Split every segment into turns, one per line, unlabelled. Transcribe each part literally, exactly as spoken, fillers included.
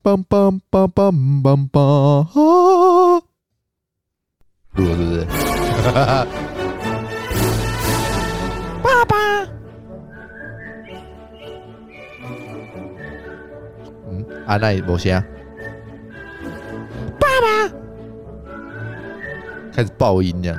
梆梆梆梆梆梆，录了是不是？爸爸，嗯，啊，那也没声。爸爸，开始爆音这样。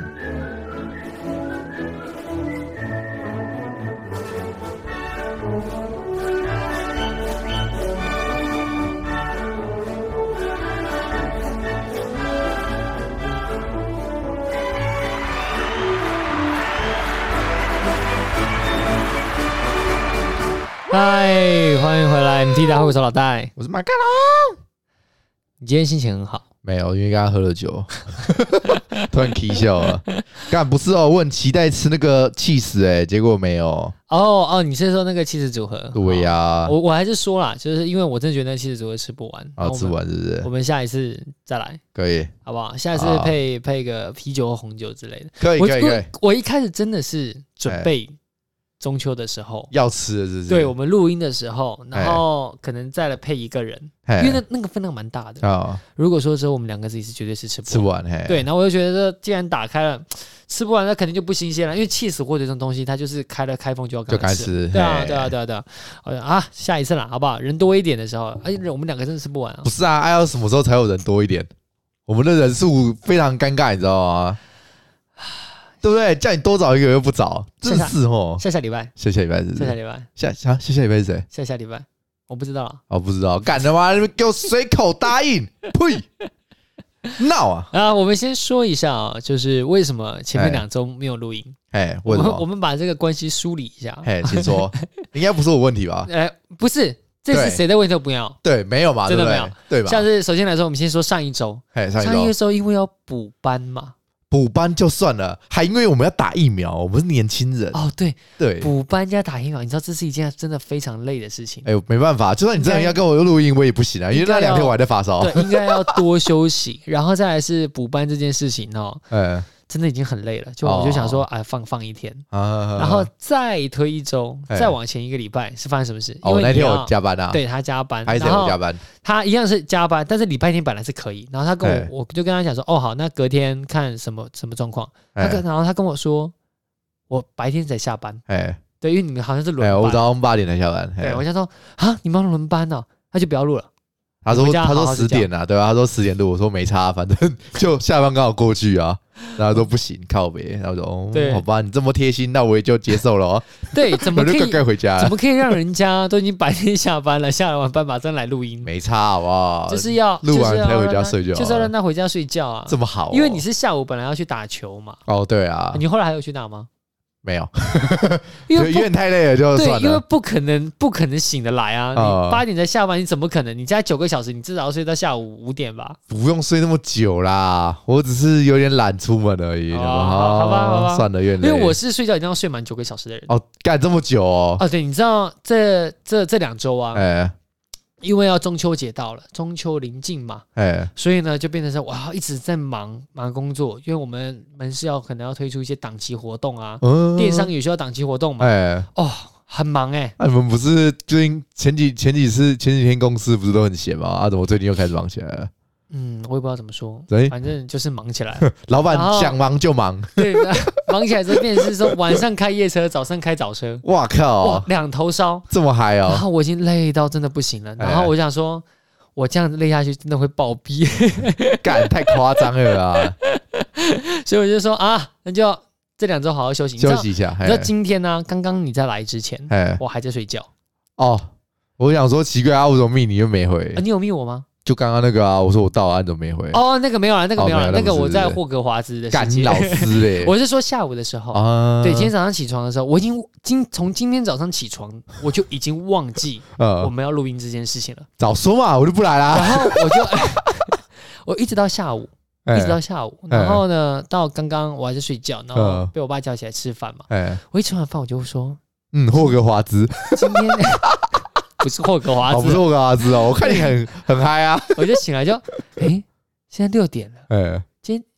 嗨，欢迎回来 M T 大会，我是老戴，
我是马卡龙。
你今天心情很好？
没有，因为刚刚喝了酒，突然起笑了。干不是哦，我很期待吃那个起司哎，结果没有。
哦哦，你是说那个起司组合？
对呀、啊，
我我还是说啦，就是因为我真的觉得那起司组合吃不完。
啊，吃完是不是？
我们下一次再来，
可以，
好不好？下一次配配个啤酒或红酒之类的。
可以可以可以。
我, 我一开始真的是准备。中秋的时候
要吃的是不是？
对，我们录音的时候，然后可能再来配一个人，因为那那个分量蛮大的。哦、如果说之后我们两个自己是绝对是吃不完，
吃完嘿。
对，然后我就觉得既然打开了，吃不完那肯定就不新鲜了，因为起司或者这种东西，它就是开了开封就要赶快吃。就对啊，对啊，对啊，对啊。啊，下一次啦，好不好？人多一点的时候，哎，我们两个真的吃不完啊。
不是啊，哎、啊，要什么时候才有人多一点？我们的人数非常尴尬，你知道吗？对不对？叫你多找一个又不找，真是哦。
下下礼拜，
下下礼拜是
下下礼拜，
下下下下礼拜是谁？
下下礼拜，我不知道了。
哦，不知道，干他妈！你们给我随口答应，呸！闹啊！
啊，我们先说一下啊，就是为什么前面两周没有录音？
哎，为什么？
我们把这个关系梳理一下。
哎，请说。应该不是我问题吧？
哎，不是，这是谁的问题都不要。
对，没有嘛，
真的没有，
对吧？
像是首先来说，我们先说上一周，
哎，上
一周因为要补班嘛。
补班就算了，还因为我们要打疫苗，我们是年轻人
哦，对
对，
补班加打疫苗，你知道这是一件真的非常累的事情。
哎呦，没办法，就算你真的要跟我录音，我也不行啊，因为那两天我还在发烧。
对，应该要多休息，然后再来是补班这件事情哦，哎，真的已经很累了。就我就想说，哎、哦，放放一天，啊、然后再推一周，再往前一个礼拜是发生什么事？
哦，那天我加班啊，
对他加班，
还是我加班。
他一样是加班，但是礼拜天本来是可以，然后他跟我，我就跟他讲说，哦好，那隔天看什么什么状况。他跟然后他跟我說，我白天才下班，哎，对，因為你們好像是輪班，
我早上八點才下班。
對，我就說啊，你們要輪班哦，那就不要錄了。
他說他說十點啊，對吧？他說十點錄，我說沒差，反正就下班剛好過去啊。然後說不行，靠北。然後說哦，好吧，你這麼貼心，那我也就接受了哦。
對，怎麼可以？
我就該回家了。
怎麼可以讓人家都已經白天下班了，下完班馬上來錄音？
沒差，好不好？
就是要
錄完才回家睡覺，
就是要讓他回家睡覺啊。
這麼好？
因為你是下午本來要去打球嘛。
哦，對啊。
你後來還有去打嗎？
沒有，因為因為太累了就算了。
對，因為不可能不可能醒得來啊！你八點才下班，你怎麼可能？你加九個小時，你至少要睡到下午五點吧？
不用睡那麼久啦，我只是有點懶出門而已。
哦，好吧，好吧，
算了，有點累。
因為我是睡覺一定要睡滿九個小時的人。
哦，幹這麼久哦？
哦，對，你知道這這這兩週啊，
哎。
因為要中秋節到了，中秋臨近嘛，哎，所以呢就變成說哇一直在忙忙工作，因為我們門市要可能要推出一些檔期活動啊，嗯、電商也需要檔期活動嘛，哎，哦，很忙哎、欸。
那、啊、你們不是最近前幾前幾次前幾天公司不是都很閒嗎？啊，怎麼最近又開始忙起來了？
嗯，我也不知道怎麼說，反正就是忙起來。
老闆想忙就忙，
對，忙起來之後變成是說晚上開夜車，早上開早車。哇
靠，
哇，兩頭燒，
這麼嗨哦！
然後我已經累到真的不行了，然後我想說，我這樣子累下去真的會暴斃，
幹太誇張了啊！
所以我就說啊，那就這兩週好好休息，
休息一下。
你知道今天呢、啊，剛剛你在來之前，我還在睡覺。
哦，我想說奇怪啊，我怎麼密你又沒回？
啊、你有密我嗎？
就剛剛那個啊，我說我到了，你怎麼沒回？
哦，那個沒有了，那個沒有了，哦、那個我在霍格華茲的世界。
幹老師嘞！
我是說下午的時候，啊、對，今天早上起床的時候，我已經今從今天早上起床，我就已經忘記我們要錄音這件事情了。
早說嘛，我就不來啦。
然後我就我一直到下午，一直到下午，然後呢，到剛剛我還在睡覺，然後被我爸叫起來吃飯嘛。我一吃完飯我就說，嗯，
霍格華茲，
今天。不是霍格華茲、哦，
不是霍格華茲哦，我看你很很嗨啊！
我就醒來就，哎、欸，現在六點了，哎、欸，今天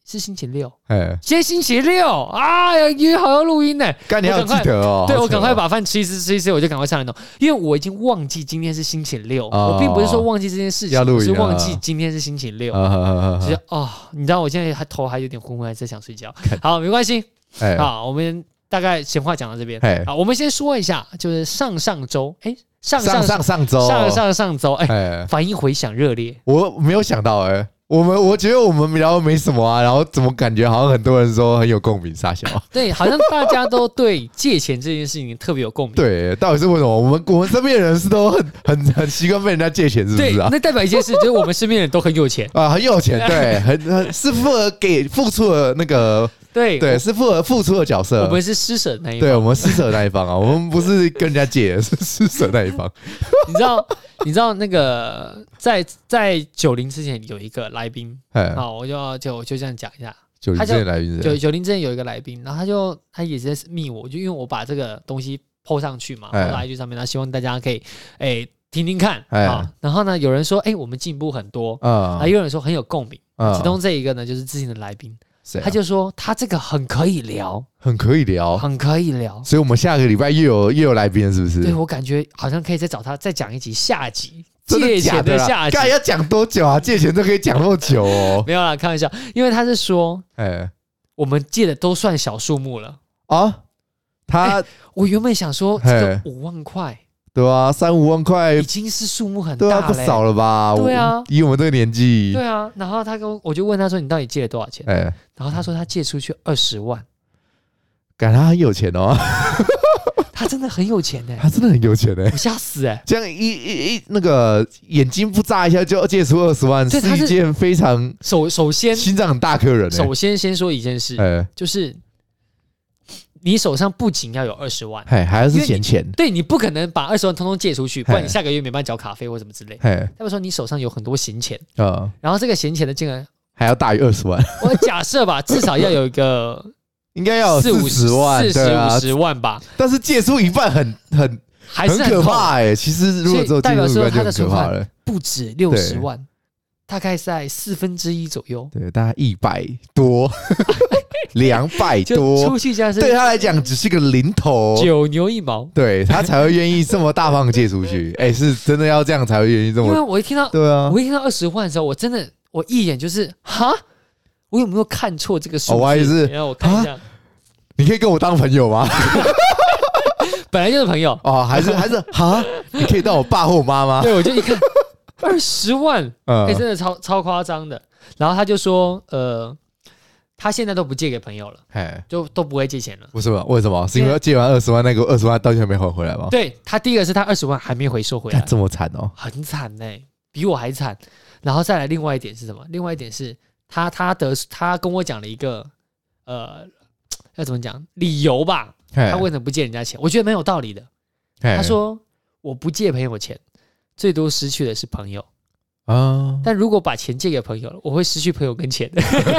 是星期六，哎，今天星期六啊，约好要录音呢。
干你要记得哦，
对我赶快把饭吃一吃吃一吃，我就赶快上来弄，因为我已经忘记今天是星期六，我并不是说忘记这件事情，我是忘记今天是星期六。就是哦，你知道我现在还头还有点昏昏，还在想睡觉。好，没关系，好，我们大概闲话讲到这边。好，我们先说一下，就是上上周，哎，上上
上上周，
上上上周，哎，反应回响热烈，
我没有想到，哎。我们我觉得我们聊的没什么啊，然后怎么感觉好像很多人说很有共鸣，傻小。
对，好像大家都对借钱这件事情特别有共鸣。
对，到底是为什么？我们我们身边的人是都很很很习惯被人家借钱，是不是啊？
那代表一件事，就是我们身边的人都很有钱
啊，很有钱，对，很很是负责给付出的那个。
对
对，是负责付出的角色。
我们是施舍那一方，
对，我们施舍那一方啊，我们不是跟人家借，是施舍那一方。
你知道，你知道那个在在九零之前有一个来宾，好，我就就就这样讲一下。
九零之前来宾，
九九零之前有一个来宾，然后他就他也是在密我，就因为我把这个东西 po 上去嘛，放到 I G 上面，然后希望大家可以哎听听看啊。然后呢，有人说哎我们进步很多啊，也有人说很有共鸣。其中这一个呢，就是之前的来宾。啊、他就说他这个很可以聊，
很可以聊，
很可以聊，
所以我们下个礼拜又有又有来宾，是不是？
对，我感觉好像可以再找他再讲一集下集借钱的下集，
要讲多久啊？借钱都可以讲那么久哦。
没有啦，开玩笑，因为他是说，哎，我们借的都算小数目了啊。他、欸，我原本想说这个五万块。
对啊，三五万块
已经是数目很大了、欸，
对啊，不少了吧？
对啊，
以我们这个年纪，
对啊。然后他跟我，我就问他说：“你到底借了多少钱？”哎、欸，然后他说他借出去二十万，
感觉他很有钱哦。
他真的很有钱哎、欸，
他真的很有钱哎、欸，
我吓死哎、欸！
这样一一一那个眼睛不眨一下就借出二十万，是一件非常
首首先
心脏很大颗人、欸。
首先先说一件事，哎、欸，就是。你手上不仅要有二十万，
还要是闲钱，
对，你不可能把二十万通通借出去，不然你下个月没办法缴卡费或什么之类。代表说你手上有很多闲钱，嗯，然后这个闲钱的金额
还要大于二十万。
我假设吧，至少要有一个，
应该要有四五十万，
四十五十万吧。
但是借出一半很很
还是
很可怕哎、欸。其实如果只有借出一半就很可怕了，
不止六十万，大概在四分之一左右，
对，大概一百多。两百多，
出去加是
对他来讲只是个零头，
九牛一毛，
对他才会愿意这么大方借出去。哎、欸，是真的要这样才会愿意这么。
因为我一听到，对啊，我一听到二十万的时候，我真的我一眼就是哈，我有没有看错这个数字？
哦、我还是，
让我看一下，
你可以跟我当朋友吗？
本来就是朋友
哦，还是还是哈，你可以当我爸或我妈吗？
对，我就一看二十万，哎、欸，真的超超夸张的。然后他就说，呃。他现在都不借给朋友了，就都不会借钱了。
为什么？为什么？是因为借完二十万，那个二十万到现在没还回来吗？
对，他第一个是他二十万还没回收回来，
这么惨哦，
很惨呢、欸，比我还惨。然后再来另外一点是什么？另外一点是他他得他跟我讲了一个呃要怎么讲理由吧？他为什么不借人家钱？我觉得蛮有道理的。他说我不借朋友钱，最多失去的是朋友。啊！但如果把钱借给朋友了，我会失去朋友跟钱的。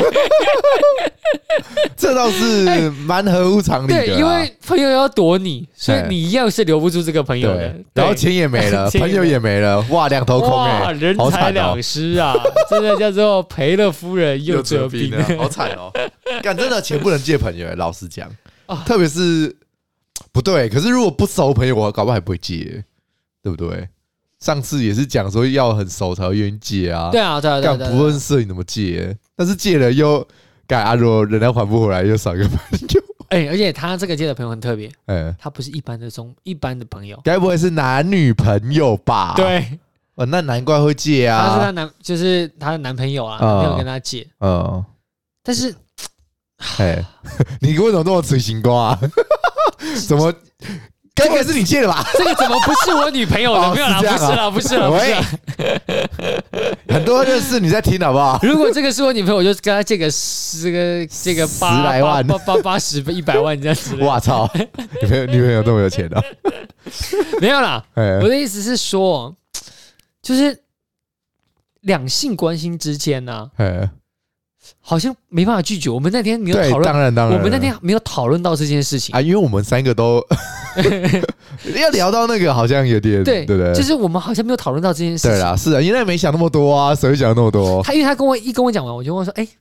这倒是蛮合乎常理的、啊。
对，因为朋友要躲你，所以你一样是留不住这个朋友的。
然后钱也没了，朋友也没了，哇，两头空哎、欸，
人财两失啊！真的叫做赔了夫人又折兵，
好惨哦！干，真的钱不能借朋友、欸，老实讲，特别是不对。可是如果不熟朋友，我搞不好还不会借、欸，对不对？上次也是讲说要很熟才会愿意借啊，
对啊，对啊，对啊，
干不认识你怎么借？但是借了又干啊，如果人家还不回来，又少一个朋友。
哎、欸，而且他这个借的朋友很特别，哎、欸，他不是一般的中一般的朋友，
该不会是男女朋友吧？
对，
哦，那难怪会借啊。
他是他男，就是他的男朋友啊，男朋友跟他借，嗯、呃，但是，
哎、欸，你为什么这么痴心瓜啊？怎么？该不会是你借的吧？
这个怎么不是我女朋友的？没有啦，不是啦，不是啦，不是啦。
很多认识你在听好不好？
如果这个是我女朋友，我就跟她借个十个，借个八
十来万、
八八八十、一百万这样子。
我操，女朋友女朋友这么有钱的、啊？
没有啦，我的意思是说，就是两性关系之间呢、啊。好像没办法拒绝。我们那天没有讨论，
当然当然，
我们那天没有讨论到这件事情
啊，因为我们三个都要聊到那个，好像有点
对，对不对？就是我们好像没有讨论到这件事情。
对啦，是啊，因为没想那么多啊，谁会想那么多？
他因为他跟我一跟我讲完，我就问说，哎、欸，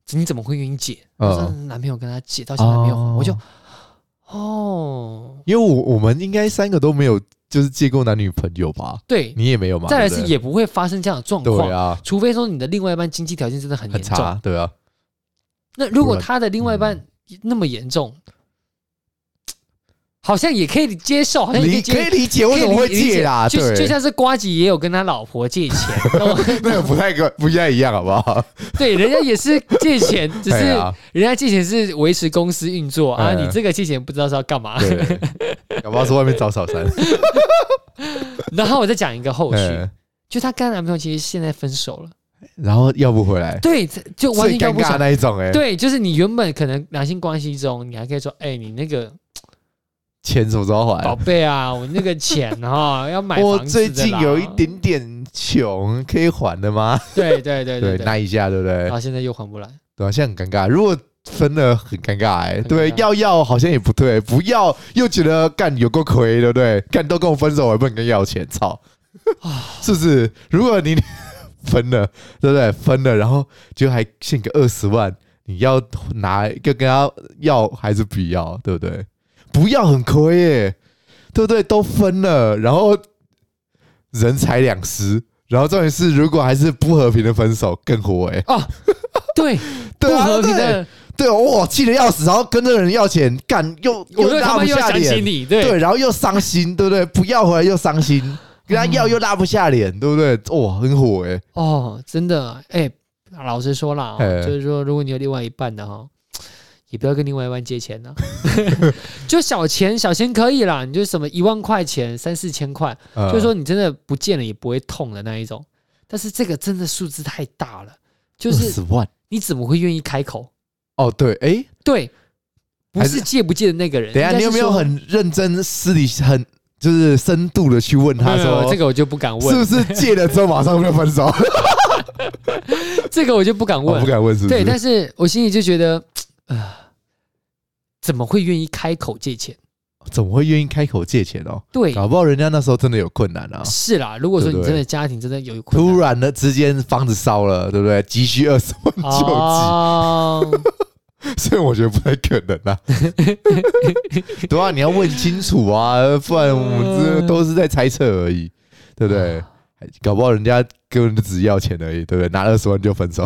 你怎么会愿意借？我说男朋友跟他借，到现在没有还，我就哦，
因为我我们应该三个都没有。就是借过男女朋友吧？
对，
你也没有吗？
再来是也不会发生这样的状况，
对啊，
除非说你的另外一半经济条件真的很严重，
很差，对啊。
那如果他的另外一半那么严重，嗯、好像也可以接受，好像也可以接
可以理解为什么会借啦，
就就像是呱吉也有跟他老婆借钱，
那个不太不太一样，好不好？
对，人家也是借钱，只是人家借钱是维持公司运作啊，你这个借钱不知道是要干嘛。
搞不好是外面找小三。
然后我再讲一个后续，就她跟她男朋友其实现在分手了，
然后要不回来，
对，就完全
最尴尬那一种哎、欸，
对，就是你原本可能两性关系中，你还可以说，哎、欸，你那个
钱什么时候还？
宝贝啊，我那个钱哈要买房子的啦，
我最近有一点点穷，可以还的吗？
对对对 对,
对，那一下对不对？
然后现在又还不来，
对啊，现在很尴尬。如果分了很尴尬哎、欸，对，要要好像也不对，不要又觉得干有够亏，对不对？干都跟我分手，我还不能跟要钱，操！是不是？如果你分了，对不对？分了，然后就还欠个二十万，你要拿一个跟他要还是不要？对不对？不要很亏耶、欸，对不对？都分了，然后人财两失，然后重点是，如果还是不和平的分手，更火哎、欸！
哦，对，
对啊，
不和平的。
对，哇，气得要死，然后跟这个人要钱，干又又拉不下脸，
对,
对，然后又伤心，对不对？不要回来又伤心，跟他要又拉不下脸，对不对？哇，很火哎、欸！
哦，真的哎、欸，老实说啦、哦，就是说，如果你有另外一半的哈，也不要跟另外一半借钱呐、啊，就小钱小钱可以啦，你就什么一万块钱、三四千块，嗯、就是说你真的不见了也不会痛的那一种。但是这个真的数字太大了，就是
二十万，
你怎么会愿意开口？
哦，对，哎，
对，不是借不借的那个人。
等一下，你有没有很认真、私底很就是深度的去问他说，
这个我就不敢问，
是不是借了之后马上就分手？
这个我就不敢问，
哦、不敢问是不是？
对，但是我心里就觉得，呃，怎么会愿意开口借钱？
怎么会愿意开口借钱哦？
对，
搞不好人家那时候真的有困难啊。
是啦，如果说你真的家庭真的有困
难，突然的之间房子烧了，对不对？急需二十万救济，哦、所以我觉得不太可能啊。对啊，你要问清楚啊，不然我们这都是在猜测而已，对不对？搞不好人家根本就只要钱而已，对不对？拿二十万就分手，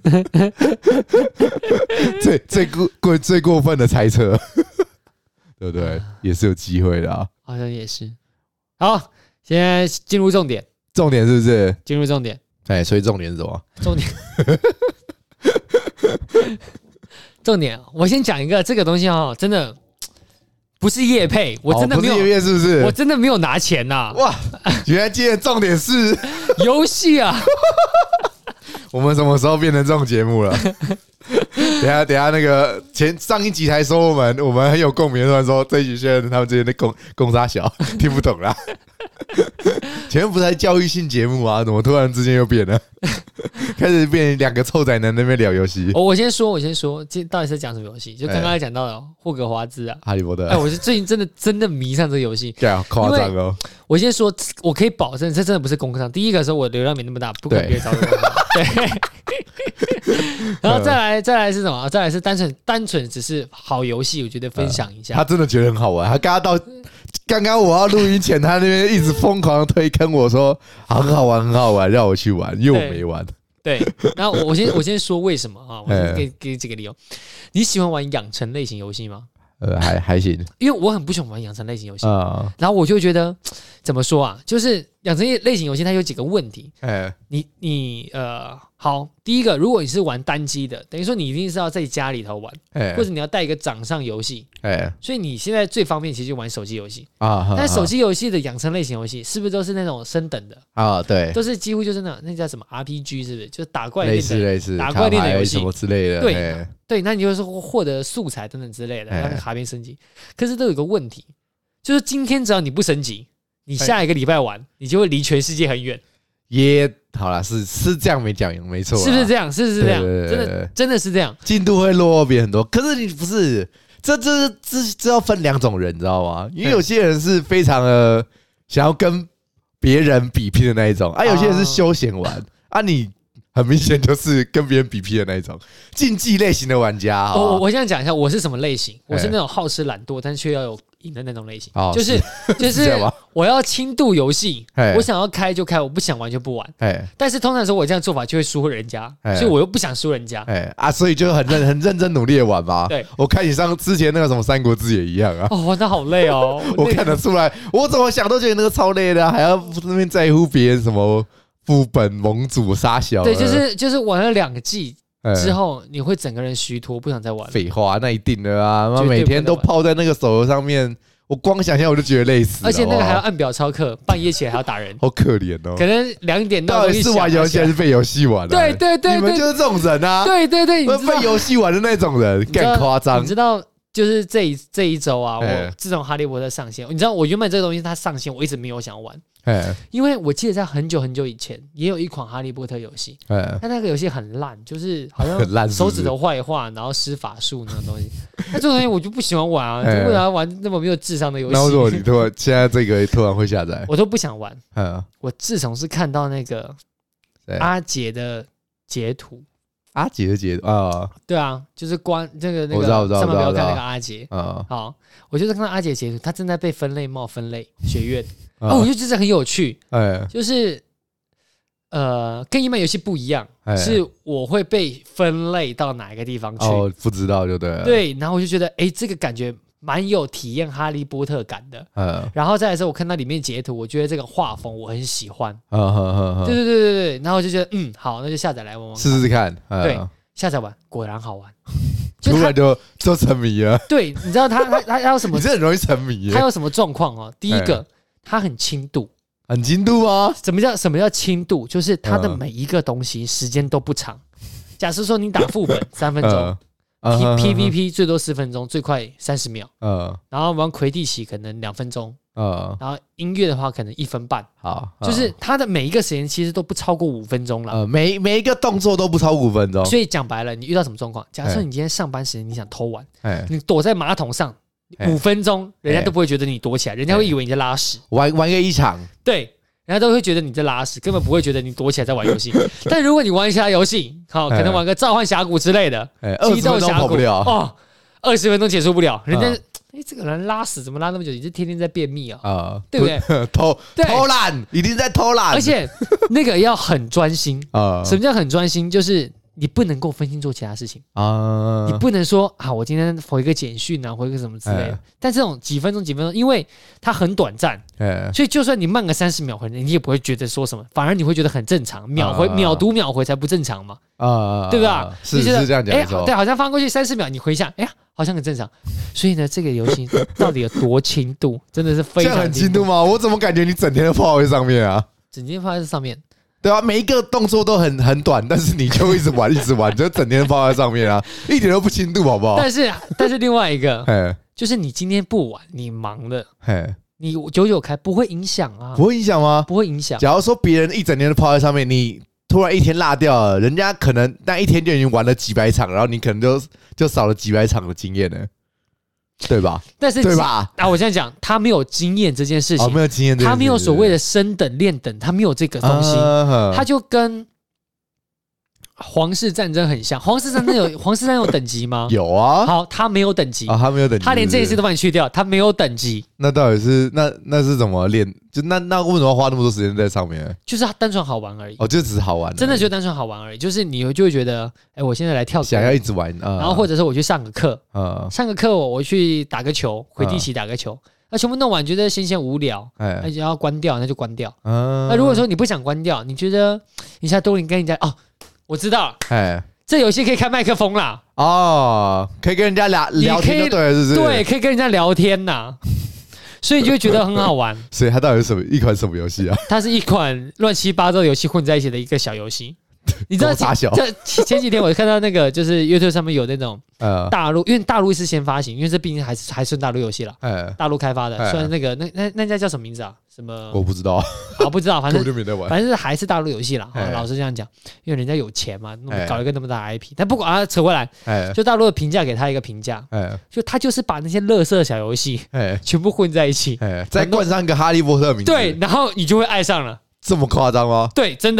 最最过最过分的猜测。对不对？也是有机会的啊，
好像也是。好，现在进入重点，
重点是不是？
进入重点。
哎，所以重点是什么？
重点，重点，我先讲一个这个东西哦，真的不是业配，我真的没有，
哦、不是业配是不是？
我真的没有拿钱呐、啊！
哇，原来今天的重点是
游戏啊！
我们什么时候变成这种节目了？等一下，等一下，那个前上一集才说我们我们很有共鸣，突然说这一集现在他们之间的共共杀小听不懂啦。前面不是在教育性节目啊，怎么突然之间又变了？开始变两个臭仔男那边聊游戏。
我我先说，我先说，这到底是讲什么游戏？就刚刚讲到了霍格华兹啊，
哈利波特。
哎，我是最近真的真的迷上这个游戏，
对啊，夸张哦。
我先说，我可以保证，这真的不是功课上。第一个是我流量没那么大，不可能别找我。对。然后再来，再来是什么？再来是单纯单纯只是好游戏，我觉得分享一下。
他真的觉得很好玩，他刚刚到刚刚我要录音前，他那边一直疯狂的推坑我说很好玩，很好玩，让我去玩，因为我没玩。
对，然后我先我先说为什么啊？我先给给几个理由。你喜欢玩养成类型游戏吗？
呃，还还行，
因为我很不喜欢玩养成类型游戏啊。然后我就觉得怎么说啊？就是养成类型游戏它有几个问题。哎，你你呃，好，第一个，如果你是玩单机的，等于说你一定是要在家里头玩，或者你要带一个掌上游戏。哎，所以你现在最方便其实就玩手机游戏啊。但手机游戏的养成类型游戏是不是都是那种升等的
啊？对，
都是几乎就是那那叫什么 R P G， 是不是？就是打怪类
似类似
打怪类的游戏
什么之类的。
对对，那你就是获得素材等等之类的，让卡片升级。可是都有一个问题，就是今天只要你不升级，你下一个礼拜玩，你就会离全世界很远。
也好啦，是是这样没讲没错，
是不是这样？是不是这样？真的真的是这样，
进度会落后别人很多。可是你不是，这这这这要分两种人，你知道吗？因为有些人是非常的想要跟别人比拼的那一种，啊，有些人是休闲玩啊，你。 很明显就是跟别人比拼的那一种竞技类型的玩家。
我我我现在讲一下，我是什么类型？我是那种好吃懒惰，但是却要有赢的那种类型。哦、就是就是我要轻度游戏，我想要开就开，我不想玩就不玩。但是通常说我这样做法就会输人家，所以我又不想输人家。
啊，所以就很认很认真努力的玩嘛。对，我看你上之前那个什么《三国志》也一样啊。
哦，玩得好累哦，
我看得出来，我怎么想都觉得那个超累的、啊，还要那边在乎别人什么。副本盟主杀小，
对，就是就是玩了两个季之后，你会整个人虚脱，不想再玩。
废话，那一定的啊！每天都泡在那个手游上面，我光想象我就觉得累死。
而且那个还要按表操课，半夜起来还要打人，
好可怜哦。
可能两点
到底是玩游戏还是被游戏玩？
对对对，
你们就是这种人啊！
对对对，
被游戏玩的那种人，更夸张。
你知道？就是这一这一周啊，我自从哈利波特上线，你知道我原本这个东西它上线，我一直没有想玩，因为我记得在很久很久以前也有一款哈利波特游戏，但那个游戏很烂，就是好像手指头坏话，然后施法术那种东西，那这种东西我就不喜欢玩啊，就为啥玩那么没有智商的游戏？
那为什么你突然现在这个突然会下载？
我都不想玩。我自从是看到那个阿杰的截图。
阿杰的截图啊，
对啊，就是关这个那个上面不要看那个阿杰啊，好，我就是看到阿杰截图，他正在被分类帽分类学院，哦，我就觉得很有趣，哎，就是呃，跟一般游戏不一样，是我会被分类到哪一个地方去，
哦，不知道就对了，
对，然后我就觉得，哎，这个感觉蛮有体验哈利波特感的，嗯，然后再来说，我看到里面截图，我觉得这个画风我很喜欢，嗯嗯嗯，对对对对对，然后我就觉得，嗯，好，那就下载来玩玩，
试试看，
对，下载玩，果然好玩，
突然就就沉迷了。
对，你知道他他他有什么？
你这很容易沉迷。
他有什么状况哦？第一个，他很轻度，
很轻度吗？
什么叫什么叫轻度？就是他的每一个东西时间都不长。假设说你打副本三分钟。P V P 最多四分钟，最快三十秒。嗯，然后玩魁地奇可能两分钟。嗯，然后音乐的话可能一分半。好，就是它的每一个时间其实都不超过五分钟了。
呃，每每一个动作都不超过五分钟。
所以讲白了，你遇到什么状况？假设你今天上班时间你想偷玩，你躲在马桶上五分钟，人家都不会觉得你躲起来，人家会以为你在拉屎。
玩玩个一场，
对。人家都会觉得你在拉屎，根本不会觉得你躲起来在玩游戏。但如果你玩其他游戏，好，可能玩个召唤峡谷之类的，激斗峡谷哦，二十分钟结束不了，人家哎，这个人拉屎怎么拉那么久？你是天天在便秘啊？啊，对不对？
偷偷懒，一定在偷懒，
而且那个要很专心啊。什么叫很专心？就是你不能够分心做其他事情啊，你不能说啊，我今天回个简讯啊，回个什么之类的。但这种几分钟几分钟，因为它很短暂，所以就算你慢个三十秒回，你也不会觉得说什么，反而你会觉得很正常。秒回秒读秒回才不正常嘛，啊，对吧？
是是这样讲，哎，
对，好像放过去三十秒，你回一下，哎呀，好像很正常。所以呢，这个游戏到底有多轻度，真的是非常
很轻度吗？我怎么感觉你整天都泡在上面啊？
整天泡在上面。
对啊，每一个动作都很很短，但是你就一直玩，一直玩，就整天放在上面啊，一点都不轻度，好不好？
但是，但是另外一个，就是你今天不玩，你忙了，你久久开不会影响啊？
不会影响吗？
不会影响。
假如说别人一整天都泡在上面，你突然一天落掉了，人家可能那一天就已经玩了几百场，然后你可能就就少了几百场的经验了。对吧？
但是
对吧？
啊，我现在讲，他没有经验这件事情，
哦、没有经验，
他没有所谓的升等练等，他没有这个东西，啊、他就跟皇室战争很像。皇室战争有皇室战争有等级吗？
有啊。
好，他没有等级
啊，他没有等级，
他连这件事都把你去掉，他没有等级。
那到底是那那是怎么练？就那那为什么要花那么多时间在上面？
就是他单纯好玩而已。
哦，就只是好玩，
真的就单纯好玩而已。就是你就会觉得，哎，我现在来跳，
想要一直玩，
然后或者是我去上个课，上个课我我去打个球，回地起打个球。那全部弄完，觉得新鲜无聊，那就要关掉，那就关掉。那如果说你不想关掉，你觉得你现在多林跟人家哦，我知道了，哎，这游戏可以开麦克风啦，
哦，可以跟人家聊聊天，对，是不是？
对，可以跟人家聊天呐，所以你就会觉得很好玩。
所以它到底是什么一款什么游戏啊？
它是一款乱七八糟的游戏混在一起的一个小游戏。你知道这前几天我看到那个就是 YouTube 上面有那种大陆，因为大陆是先发行，因为这毕竟还是还算大陆游戏啦，大陆开发的，虽然那个那那那家叫什么名字啊？什么
我不知道啊，
不知道，反正反正还是大陆游戏啦。老实这样讲，因为人家有钱嘛，搞了一个那么大的 I P， 但不管啊，扯回来，就大陆的评价给他一个评价，就他就是把那些垃圾小游戏全部混在一起，
再冠上一个哈利波特名字，
对，然后你就会爱上了。
这么夸张吗？
对，真的。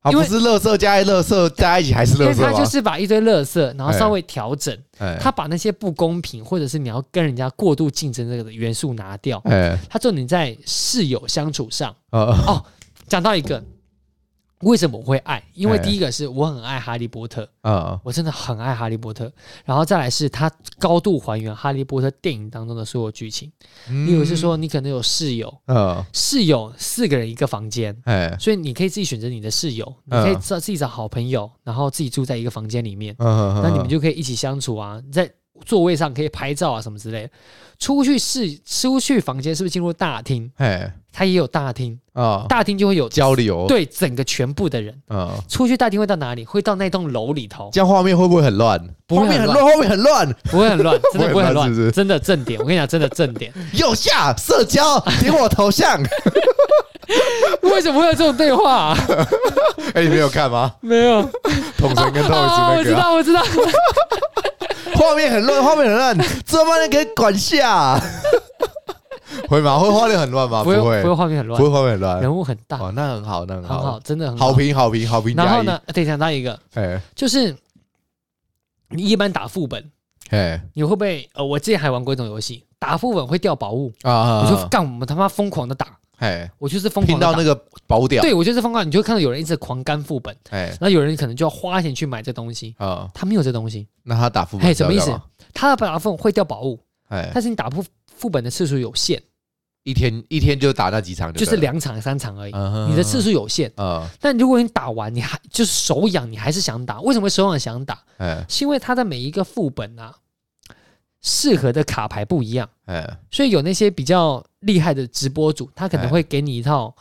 啊，不是垃圾加垃圾加在一起还是垃圾吗？
因为他就是把一堆垃圾，然后稍微调整，他把那些不公平或者是你要跟人家过度竞争这个元素拿掉。他重点在室友相处上。哦，讲到一个。为什么我会爱？因为第一个是我很爱哈利波特，嗯，我真的很爱哈利波特。然后再来是它高度还原哈利波特电影当中的所有剧情。嗯、例如是说，你可能有室友，嗯，室友四个人一个房间，所以你可以自己选择你的室友，你可以找自己找好朋友，然后自己住在一个房间里面，嗯、那你们就可以一起相处啊，在座位上可以拍照啊什么之类的。出去室出去房间是不是进入大厅？它也有大厅啊，哦、大厅就会有
交流，
对整个全部的人。哦、出去大厅会到哪里？会到那栋楼里头。
这样画面会不会很乱？画面很乱，画面很乱，
不会很乱，真的不会很乱，是是真的正点。我跟你讲，真的正点。
右下社交，点我头像。
为什么会有这种对话、啊？
哎、欸，你没有看吗？
没有。
统神跟透一次那个、啊哦，
我知道，我知道。
画面很乱，画面很乱，这帮人可以管下。会吗？会画面很乱吗？
不会，不会画面很乱，
不会画面很乱。
人物很大，
哦，那很好，那很好，
很好，真的很好。
好评，好评，好评。
然后呢，得想到一个，就是你一般打副本，你会不会？呃，我之前还玩过一种游戏，打副本会掉宝物啊！我就干，我们他妈疯狂的打，我就是疯狂
拼到那个宝屌。
对，我就是疯狂，你就会看到有人一直狂干副本，然后有人可能就要花钱去买这东西啊，他没有这东西，
那他打副本
什么意思？他打副本会掉宝物，但是你打副副本的次数有限。
一天一天就打那几场就，
就是两场三场而已。Uh-huh, 你的次数有限，uh-huh. 但如果你打完，你还就是手痒，你还是想打。为什么手痒想打？ Uh-huh. 是因为它的每一个副本啊，适合的卡牌不一样。Uh-huh. 所以有那些比较厉害的直播主，他可能会给你一套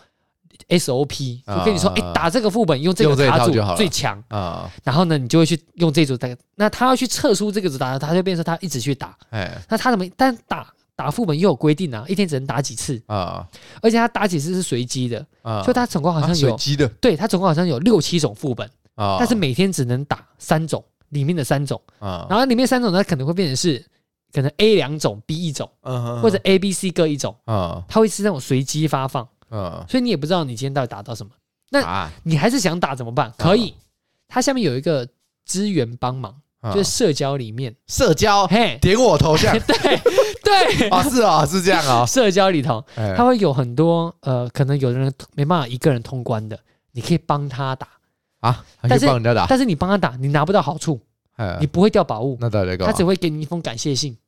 S O P， uh-huh. 就跟你说，哎、欸，打这个副本用这个卡组最强。Uh-huh. 然后呢，你就会去用这组打。那他要去测出这个组打，他就变成他一直去打。Uh-huh. 那他怎么？但打。打副本又有规定啊，一天只能打几次啊，而且他打几次是随机的啊，所以他总共好像有
随机的，
对他总共好像有六七种副本啊，但是每天只能打三种里面的三种啊，然后里面三种呢可能会变成是可能 A 两种 B 一种，啊、或者 A B C 各一种啊，他会是那种随机发放啊，所以你也不知道你今天到底打到什么，那你还是想打怎么办？可以，它下面有一个支援帮忙。就是社交里面，
社交，嘿，点我头像，
对对，
啊是啊是这样啊，
社交里头，他会有很多呃，可能有的人没办法一个人通关的，你可以帮他打
啊，但是帮人家打，
但是你帮他打，你拿不到好处，你不会掉宝物，
那到底
他只会给你一封感谢信，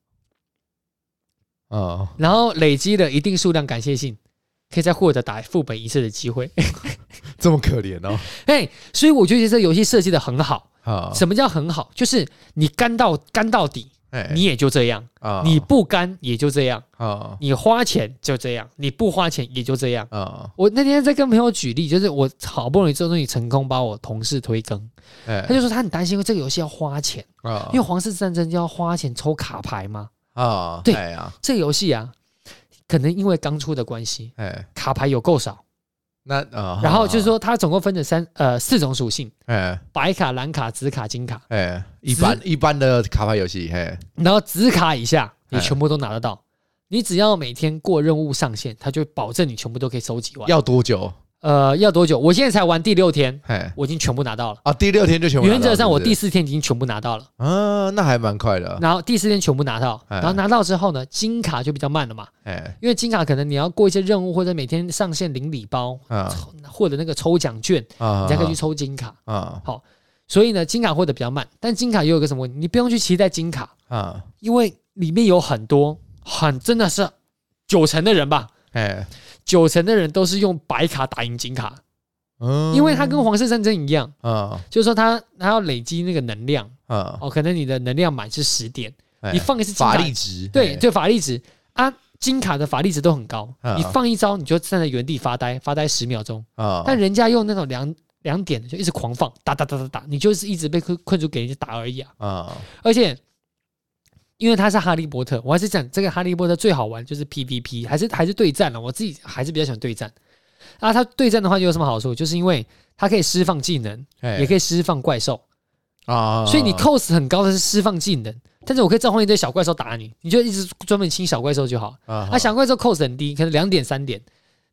哦，然后累积了一定数量感谢信，可以再获得打副本一次的机会，
这么可怜哦，
哎，所以我觉得这个游戏设计的很好。什么叫很好？就是你干到干到底，你也就这样；你不干也就这样；你花钱就这样，你不花钱也就这样。我那天在跟朋友举例，就是我好不容易这东西成功把我同事推更，他就说他很担心，因为这个游戏要花钱，因为皇室战争就要花钱抽卡牌嘛。啊，对啊，这个游戏啊，可能因为刚出的关系，卡牌有够少。那呃，然后就是说，它总共分成三呃四种属性，哎，白卡、蓝卡、紫卡、金卡，
哎，一般一般的卡牌游戏，嘿，
然后紫卡以下你全部都拿得到，你只要每天过任务上限，它就保证你全部都可以收集完。
要多久？
呃，要多久？我现在才玩第六天，我已经全部拿到了
啊！第六天就全部拿到了，
原则上我第四天已经全部拿到了
啊，那还蛮快的。
然后第四天全部拿到，然后拿到之后呢，金卡就比较慢了嘛，因为金卡可能你要过一些任务或者每天上线领礼包，或者那个抽奖券，你才可以去抽金卡啊。好，所以呢，金卡获得比较慢，但金卡也有个什么问题，你不用去期待金卡啊，因为里面有很多很真的是九成的人吧，哎。九成的人都是用白卡打赢金卡，嗯，因为它跟皇室战争一样，啊，就是说它它要累积那个能量，啊，哦，可能你的能量满是十点，你放一次金卡
法力值，
对对，法力值啊，金卡的法力值都很高，你放一招你就站在原地发呆，发呆十秒钟，啊，但人家用那种两两点的就一直狂放，打打打打打，你就是一直被困困住给人家打而已啊，啊，而且。因为它是哈利波特，我还是讲这个哈利波特最好玩就是 P V P， 还是还是对战了。我自己还是比较喜欢对战。啊，它对战的话就有什么好处？就是因为它可以释放技能，也可以释放怪兽啊。所以你 cost 很高的是释放技能，但是我可以召唤一堆小怪兽打你，你就一直专门清小怪兽就好。啊，小怪兽 cost 很低，可能两点三点，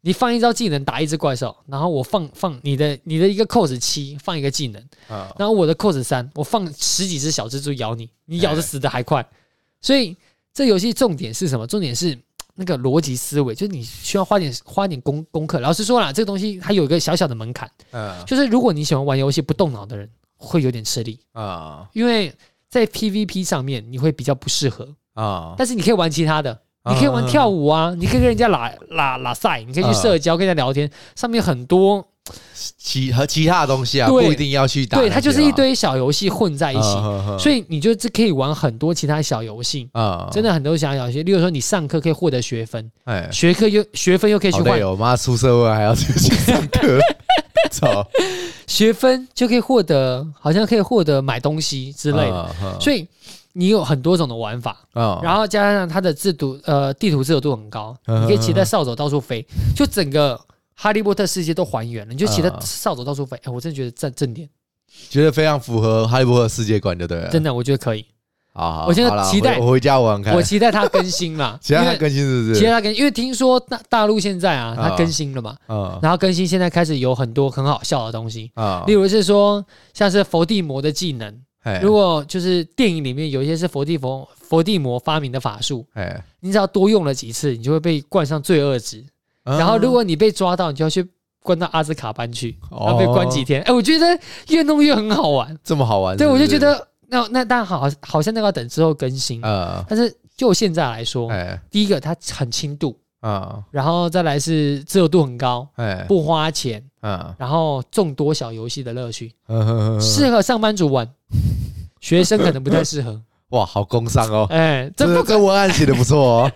你放一招技能打一只怪兽，然后我放放你的你的一个 cos 七放一个技能，啊、然后我的 cos 三我放十几只小蜘蛛咬你，你咬的死的还快。所以这游戏重点是什么？重点是那个逻辑思维，就是你需要花点花点功功课。老实说啦，这个东西它有一个小小的门槛，啊、就是如果你喜欢玩游戏不动脑的人，会有点吃力啊，因为在 P V P 上面你会比较不适合啊，但是你可以玩其他的。你可以玩跳舞啊，你可以跟人家拉拉拉赛，你可以去社交，跟人家聊天，上面很多
其和其他的东西啊，不一定要去打。
对，它就是一堆小游戏混在一起，所以你就可以玩很多其他小游戏啊，真的很多小游戏。例如说，你上课可以获得学分，学课又学分又可以去换。
我妈出社会还要去上课，操，
学分就可以获得，好像可以获得买东西之类的，所以。你有很多种的玩法，哦、然后加上它的自读呃地图自由度很高，嗯、你可以骑在扫帚到处飞，就整个哈利波特世界都还原了，你就骑在扫帚到处飞，哎、欸，我真的觉得正正点，
觉得非常符合哈利波特世界观，就对了。
真的，我觉得可以。
好，
我现在期待
我回家玩看，
我期待它更新啦，
期待它更新是不是？
期待它更新，因为听说大大陆现在啊，它更新了嘛，嗯、然后更新现在开始有很多很好笑的东西，嗯、例如是说像是伏地魔的技能。如果就是电影里面有一些是伏地魔伏地魔发明的法术，你只要多用了几次，你就会被冠上罪恶值。嗯、然后如果你被抓到，你就要去关到阿兹卡班去，然后被关几天。哎、哦，我觉得越弄越很好玩，
这么好玩
是不是？对，我就觉得那那当然好，好像那个要等之后更新。嗯、但是就现在来说，第一个它很轻度。嗯、然后再来是自由度很高，不花钱，嗯、然后众多小游戏的乐趣，嗯、适合上班族玩，学生可能不太适合。
哇，好工商哦！
哎、欸，
这不这文案写的不错哦。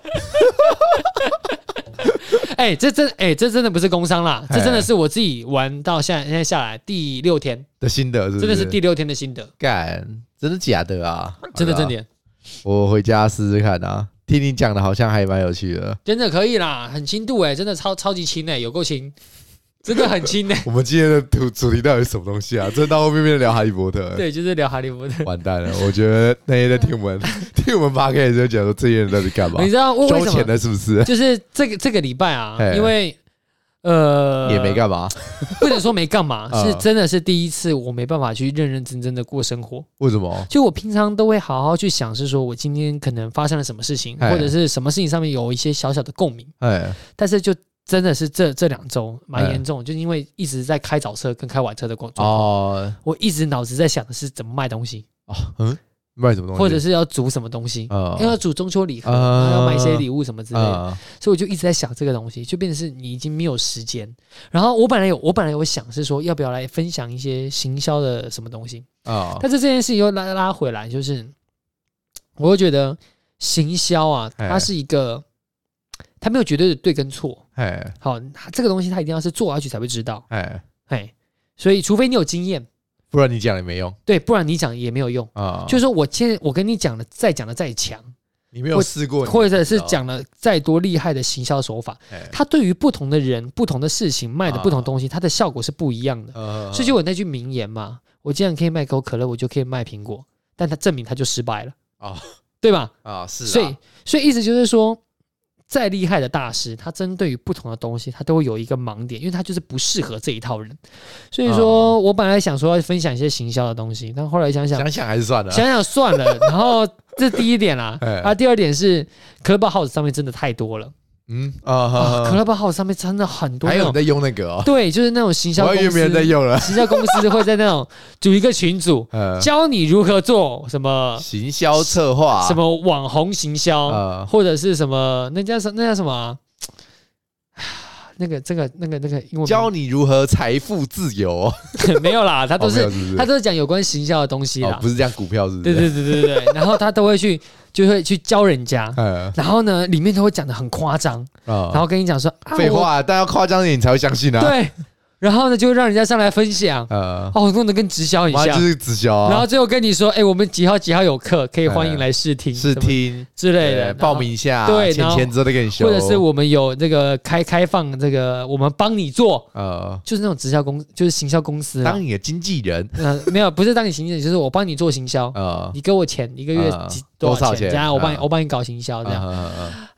哎、欸，这真哎、欸，这真的不是工商啦，这真的是我自己玩到现在现在下来第六天
的心得是不是，
真的是第六天的心得。
干，真的假的啊？
真的真的。
我回家试试看啊。听你讲的好像还蛮有趣的，
真的可以啦，很轻度哎、欸，真的超超级轻哎、欸，有够轻，真的很轻哎、欸。
我们今天的主主题到底是什么东西啊？真的到后面变聊哈利波特、欸，
对，就是聊哈利波特。
完蛋了，我觉得那些在听我们听我们 podcast 就讲说这些人到底干嘛？
你知道为什么？
收钱的是不是？
就是这个这个礼拜啊，因为。呃，
也没干嘛，
不能说没干嘛，是真的是第一次，我没办法去认认真真的过生活。
为什么？
就我平常都会好好去想，是说我今天可能发生了什么事情，或者是什么事情上面有一些小小的共鸣。但是就真的是这这两周蛮严重，就因为一直在开早车跟开晚车的工作，哦，我一直脑子在想的是怎么卖东西。哦，嗯。
卖什么东西，
或者是要煮什么东西，因为要煮中秋礼盒，呃、要买一些礼物什么之类的，呃、所以我就一直在想这个东西，就变成是你已经没有时间。然后我本来有，我本来有想是说要不要来分享一些行销的什么东西，呃、但是这件事情又拉拉回来，就是我会觉得行销啊，它是一个，它没有绝对的对跟错。好，这个东西它一定要是做下去才会知道。哎，所以除非你有经验。
不然你讲也没用，
对，不然你讲也没有用啊。就是说我现在我跟你讲的再讲的再强，
你没有试过，
或者是讲了再多厉害的行销手法，它对于不同的人、不同的事情卖的不同东西，它的效果是不一样的。所以就有那句名言嘛，我既然可以卖可口可乐，我就可以卖苹果，但它证明它就失败了啊，对吧？啊，是。所以，所以意思就是说。再厉害的大师，他针对于不同的东西，他都会有一个盲点，因为他就是不适合这一套人。所以说、嗯、我本来想说要分享一些行销的东西，但后来想想，
想想还是算了，
想想算了。然后这是第一点啦，啊，第二点是 Clubhouse 上面真的太多了。嗯啊 ，Clubhouse 上面真的很多，
还有人在用那个哦，
对，就是那种行销公司，
我以为没人在用了。
行销公司会在那种组一个群组，教你如何做什么
行销策划，
什么网红行销，呃、或者是什么那叫什那叫什么、啊？那个这个那个那个英文
教你如何财富自由，
没有啦，他都是、哦、是是他都是讲有关行销的东西啦、哦，
不是讲股票是不是？
对对对对对，然后他都会去就会去教人家，然后呢里面都会讲的很夸张，然后跟你讲说
废话，但要夸张一点你才会相信啊。
对。然后呢，就让人家上来分享，呃、哦，弄得跟直销一样，
就是直销、啊。
然后最后跟你说，哎、欸，我们几号几号有课，可以欢迎来试听，
试听
之类的，
报名一下，
对，
钱钱之后再给你修，
或者是我们有这个开开放这个，我们帮你做，呃，就是那种直销公，就是行销公司，
当你的经纪人，
呃，没有，不是当你经纪人，就是我帮你做行销，呃，你给我钱，一个月几、呃、多少钱？这样我帮你，我帮你搞行销这样。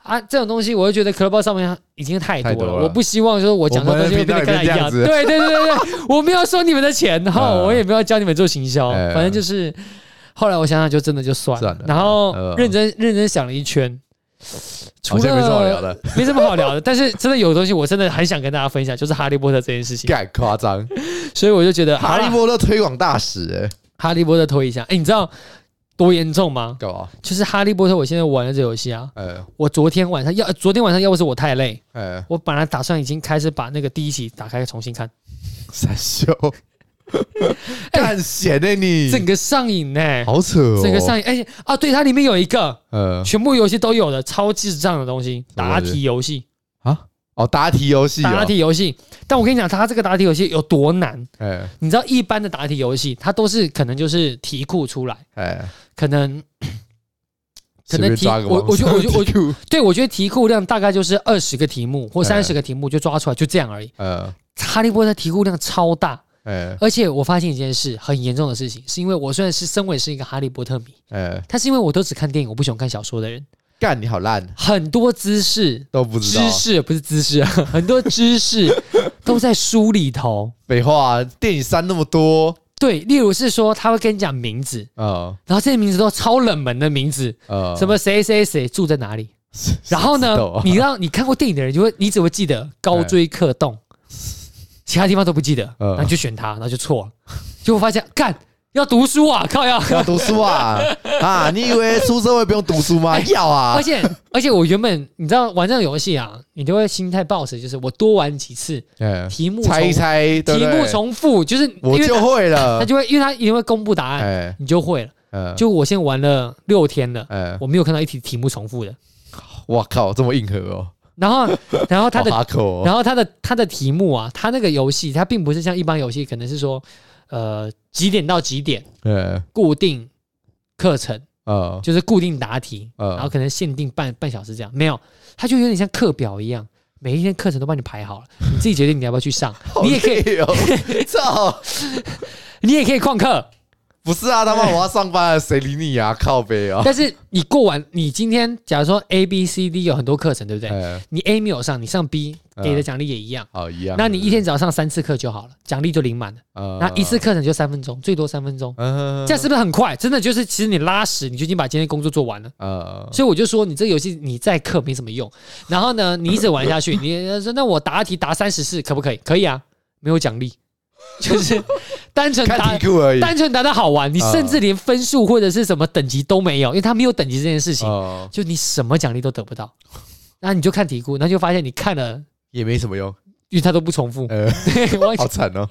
啊，这种东西我就觉得 Clubhouse 上面已经太多了，多了我不希望说我讲的东西会变得跟他一样。对对对对对，我没有收你们的钱，然后我也没有教你们做行销，呃、反正就是。后来我想想，就真的就算了，算了然后认真、呃、认真想了一圈，
除了没什么好聊的，
没什么好聊的，但是真的有东西我真的很想跟大家分享，就是哈利波特这件事情，
太夸张，
所以我就觉得
哈利波特推广大使、欸，哎，
哈利波特推一下，哎、欸，你知道多严重吗？
干嘛？
就是哈利波特，我现在玩的这游戏啊，呃、我昨天晚上要，昨天晚上要不是我太累，呃、我本来打算已经开始把那个第一集打开重新看，
三秀。干闲的你，
整个上瘾呢、欸，
好扯哦，
整个上瘾。而且啊，对，它里面有一个，呃，全部游戏都有的超智障的东西，答题游戏
啊，哦，答题游戏、哦，
答题游戏。但我跟你讲，它这个答题游戏有多难？哎，你知道一般的答题游戏，它都是可能就是题库出来，哎，可能。可能题我我觉得我觉得我觉得对我觉得题库量大概就是二十个题目或三十个题目就抓出来就这样而已。呃，哈利波特题库量超大。欸、而且我发现一件事很严重的事情，是因为我虽然是身为是一个哈利波特迷，欸、但是因为我都只看电影，我不喜欢看小说的人。
干你好烂，
很多知识
都不知道，
知识不是知识、啊，很多知识都在书里头。
废话、啊，电影删那么多。
对，例如是说他会跟你讲名字，呃、然后这些名字都超冷门的名字，呃、什么谁谁谁住在哪里，然后呢，你让你看过电影的人就会，你只会记得高追克洞。欸其他地方都不记得，呃、然后就选他，然后就错了，结果发现干要读书啊，靠要
要读书啊啊！你以为出社会不用读书吗？要啊！
而且而且我原本你知道玩这种游戏啊，你都会心态抱持就是我多玩几次，欸、题目
猜一猜，对
题目重复，就是
我就会了，
他就会因为他一定会公布答案，欸、你就会了。呃、就我现在玩了六天了，欸、我没有看到一题题目重复的。
哇靠，这么硬核哦！
然后，然后他的，
哦、
然后他的他的题目啊，他那个游戏，它并不是像一般游戏，可能是说，呃，几点到几点，呃、固定课程，呃、就是固定答题，呃、然后可能限定半半小时这样，没有，它就有点像课表一样，每一天课程都帮你排好了，你自己决定你要不要去上，你也可以，
操，
你也可以旷课。
不是啊，他妈我要上班了，谁理你啊？靠北啊！
但是你过完，你今天假如说 A B C D 有很多课程，对不对？欸、你 A 没有上，你上 B 给的奖励也一样。
哦，一样。
那你一天只要上三次课就好了，奖励就领满了。呃、那一次课程就三分钟，最多三分钟。呃、这样是不是很快？真的就是，其实你拉屎，你就已经把今天工作做完了。呃、所以我就说，你这个游戏你在课没什么用。然后呢，你一直玩下去，你说那我答题答三十次可不可以？可以啊，没有奖励。就是单纯答单纯答的好玩，你甚至连分数或者是什么等级都没有，因为他没有等级这件事情，呃、就你什么奖励都得不到。然后你就看题库，然后就发现你看了
也没什么用，
因为它都不重复。呃、
好惨哦！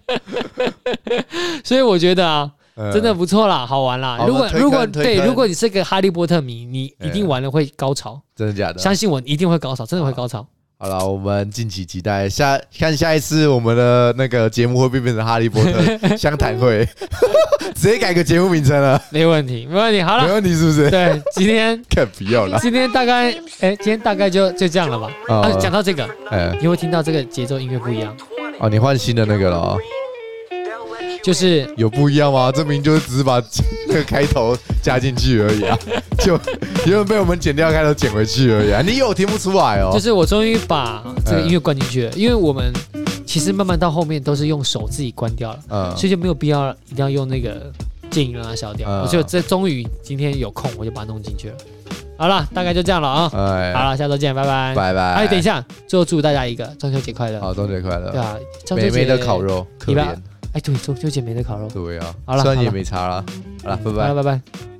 所以我觉得啊，呃、真的不错啦，好玩啦。如果如果对，如果你是个哈利波特迷，你一定玩了会高潮，
真的假的？
相信我，一定会高潮，真的会高潮。
好了，我们敬请期待下看下一次我们的那个节目会不会变成哈利波特相谈会，直接改个节目名称了。
没问题，没问题，好了，
没问题是不是？
对，今天
看不要了，
今天大概哎、欸，今天大概就就这样了吧。哦、啊，讲到这个，哎、欸，你会听到这个节奏音乐不一样。
哦，你换新的那个了、哦。
就是
有不一样吗？这明明就是只是把那个开头加进去而已啊，就因为被我们剪掉，开头剪回去而已啊。你有听不出来哦？
就是我终于把这个音乐关进去了，因为我们其实慢慢到后面都是用手自己关掉了，嗯，所以就没有必要一定要用那个静音让它消掉。嗯、我就这终于今天有空，我就把它弄进去了。好了，大概就这样了啊。哎、好了，下周见，拜拜，
拜拜。
哎，等一下，最后祝大家一个中秋节快乐。
好，中秋节快乐。
对啊，
美美的烤肉，可怜。
哎，对，中秋节没得烤肉。
对啊，
好了，
虽然也没差了。好了，拜拜，
拜拜。